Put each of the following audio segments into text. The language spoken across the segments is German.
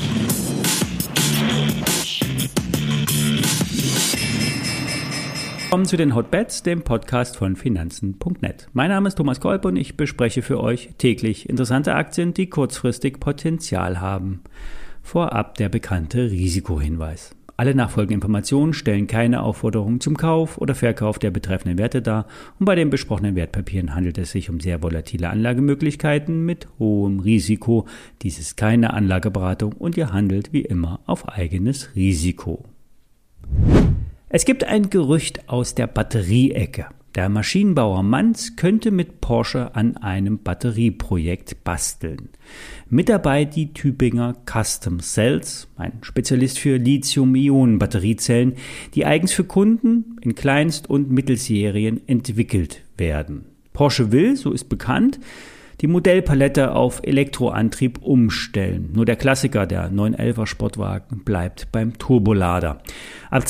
Willkommen zu den Hotbets, dem Podcast von Finanzen.net. Mein Name ist Thomas Kolb und ich bespreche für euch täglich interessante Aktien, die kurzfristig Potenzial haben. Vorab der bekannte Risikohinweis. Alle nachfolgenden Informationen stellen keine Aufforderung zum Kauf oder Verkauf der betreffenden Werte dar und bei den besprochenen Wertpapieren handelt es sich um sehr volatile Anlagemöglichkeiten mit hohem Risiko. Dies ist keine Anlageberatung und ihr handelt wie immer auf eigenes Risiko. Es gibt ein Gerücht aus der Batterieecke. Der Maschinenbauer Manz könnte mit Porsche an einem Batterieprojekt basteln. Mit dabei die Tübinger Custom Cells, ein Spezialist für Lithium-Ionen-Batteriezellen, die eigens für Kunden in Kleinst- und Mittelserien entwickelt werden. Porsche will, so ist bekannt, die Modellpalette auf Elektroantrieb umstellen. Nur der Klassiker, der 911er Sportwagen, bleibt beim Turbolader. Ab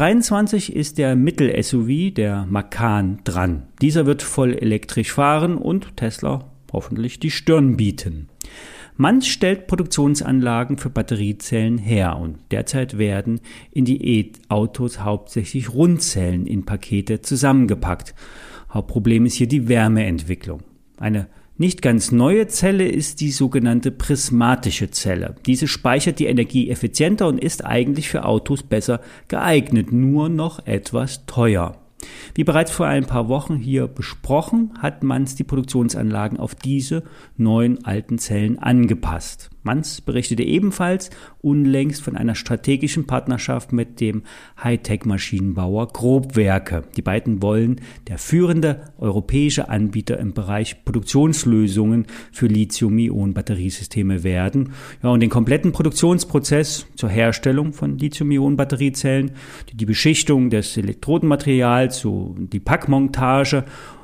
2023 ist der Mittel-SUV, der Macan, dran. Dieser wird voll elektrisch fahren und Tesla hoffentlich die Stirn bieten. Manz stellt Produktionsanlagen für Batteriezellen her und derzeit werden in die E-Autos hauptsächlich Rundzellen in Pakete zusammengepackt. Hauptproblem ist hier die Wärmeentwicklung. Eine nicht ganz neue Zelle ist die sogenannte prismatische Zelle. Diese speichert die Energie effizienter und ist eigentlich für Autos besser geeignet, nur noch etwas teuer. Wie bereits vor ein paar Wochen hier besprochen, hat Manz die Produktionsanlagen auf diese neuen alten Zellen angepasst. Manz berichtete ebenfalls unlängst von einer strategischen Partnerschaft mit dem Hightech-Maschinenbauer Grobwerke. Die beiden wollen der führende europäische Anbieter im Bereich Produktionslösungen für Lithium-Ionen-Batteriesysteme werden. Ja, und den kompletten Produktionsprozess zur Herstellung von Lithium-Ionen-Batteriezellen, die Beschichtung des Elektrodenmaterials, so die Packmontage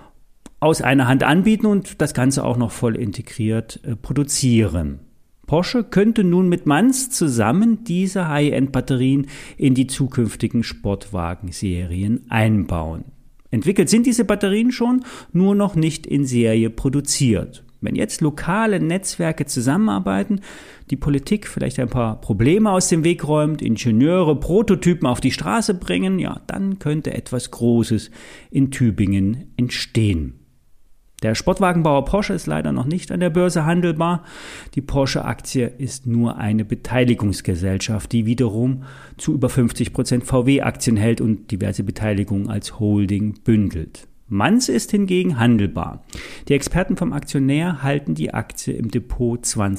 aus einer Hand anbieten und das Ganze auch noch voll integriert produzieren. Porsche könnte nun mit Manz zusammen diese High-End-Batterien in die zukünftigen Sportwagenserien einbauen. Entwickelt sind diese Batterien schon, nur noch nicht in Serie produziert. Wenn jetzt lokale Netzwerke zusammenarbeiten, die Politik vielleicht ein paar Probleme aus dem Weg räumt, Ingenieure Prototypen auf die Straße bringen, ja, dann könnte etwas Großes in Tübingen entstehen. Der Sportwagenbauer Porsche ist leider noch nicht an der Börse handelbar. Die Porsche-Aktie ist nur eine Beteiligungsgesellschaft, die wiederum zu über 50% VW-Aktien hält und diverse Beteiligungen als Holding bündelt. Manz ist hingegen handelbar. Die Experten vom Aktionär halten die Aktie im Depot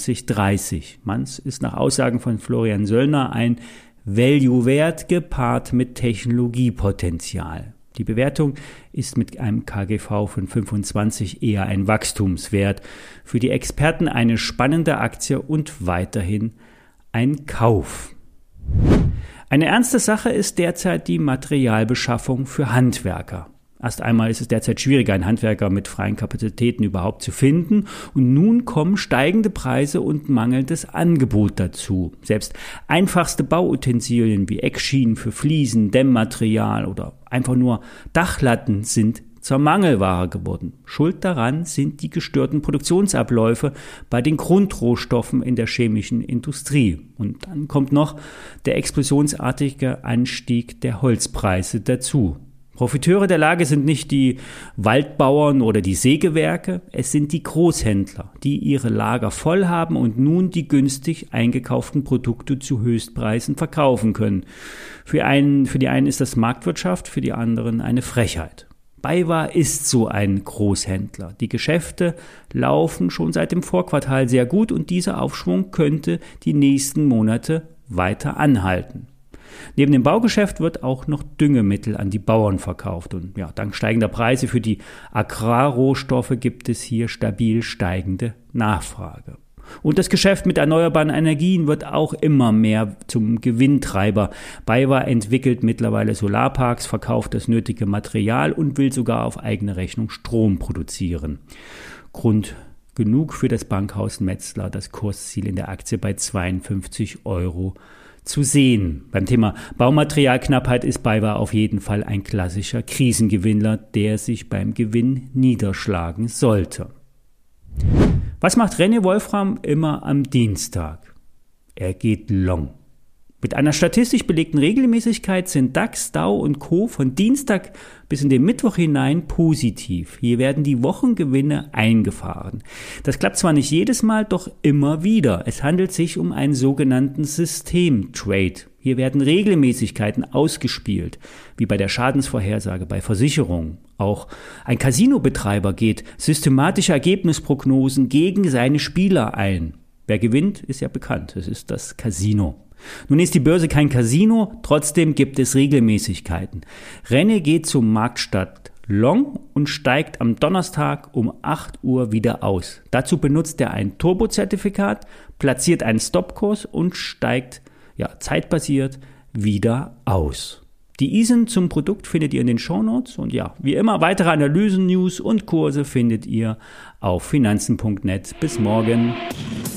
2030. Manz ist nach Aussagen von Florian Söllner ein Value-Wert gepaart mit Technologiepotenzial. Die Bewertung ist mit einem KGV von 25 eher ein Wachstumswert. Für die Experten eine spannende Aktie und weiterhin ein Kauf. Eine ernste Sache ist derzeit die Materialbeschaffung für Handwerker. Erst einmal ist es derzeit schwieriger, einen Handwerker mit freien Kapazitäten überhaupt zu finden. Und nun kommen steigende Preise und mangelndes Angebot dazu. Selbst einfachste Bauutensilien wie Eckschienen für Fliesen, Dämmmaterial oder einfach nur Dachlatten sind zur Mangelware geworden. Schuld daran sind die gestörten Produktionsabläufe bei den Grundrohstoffen in der chemischen Industrie. Und dann kommt noch der explosionsartige Anstieg der Holzpreise dazu. Profiteure der Lage sind nicht die Waldbauern oder die Sägewerke, es sind die Großhändler, die ihre Lager voll haben und nun die günstig eingekauften Produkte zu Höchstpreisen verkaufen können. Für die einen ist das Marktwirtschaft, für die anderen eine Frechheit. BayWa ist so ein Großhändler. Die Geschäfte laufen schon seit dem Vorquartal sehr gut und dieser Aufschwung könnte die nächsten Monate weiter anhalten. Neben dem Baugeschäft wird auch noch Düngemittel an die Bauern verkauft und ja, dank steigender Preise für die Agrarrohstoffe gibt es hier stabil steigende Nachfrage. Und das Geschäft mit erneuerbaren Energien wird auch immer mehr zum Gewinntreiber. BayWa entwickelt mittlerweile Solarparks, verkauft das nötige Material und will sogar auf eigene Rechnung Strom produzieren. Grund genug für das Bankhaus Metzler, das Kursziel in der Aktie bei 52 € zu sehen. Beim Thema Baumaterialknappheit ist BayWa auf jeden Fall ein klassischer Krisengewinner, der sich beim Gewinn niederschlagen sollte. Was macht René Wolfram immer am Dienstag? Er geht long. Mit einer statistisch belegten Regelmäßigkeit sind DAX, Dow und Co. von Dienstag bis in den Mittwoch hinein positiv. Hier werden die Wochengewinne eingefahren. Das klappt zwar nicht jedes Mal, doch immer wieder. Es handelt sich um einen sogenannten Systemtrade. Hier werden Regelmäßigkeiten ausgespielt, wie bei der Schadensvorhersage bei Versicherungen. Auch ein Casinobetreiber geht systematische Ergebnisprognosen gegen seine Spieler ein. Wer gewinnt, ist ja bekannt. Es ist das Casino. Nun ist die Börse kein Casino, trotzdem gibt es Regelmäßigkeiten. Renne geht zum Marktstart long und steigt am Donnerstag um 8 Uhr wieder aus. Dazu benutzt er ein Turbo-Zertifikat, platziert einen Stopkurs und steigt zeitbasiert wieder aus. Die ISIN zum Produkt findet ihr in den Shownotes und wie immer, weitere Analysen, News und Kurse findet ihr auf finanzen.net. Bis morgen.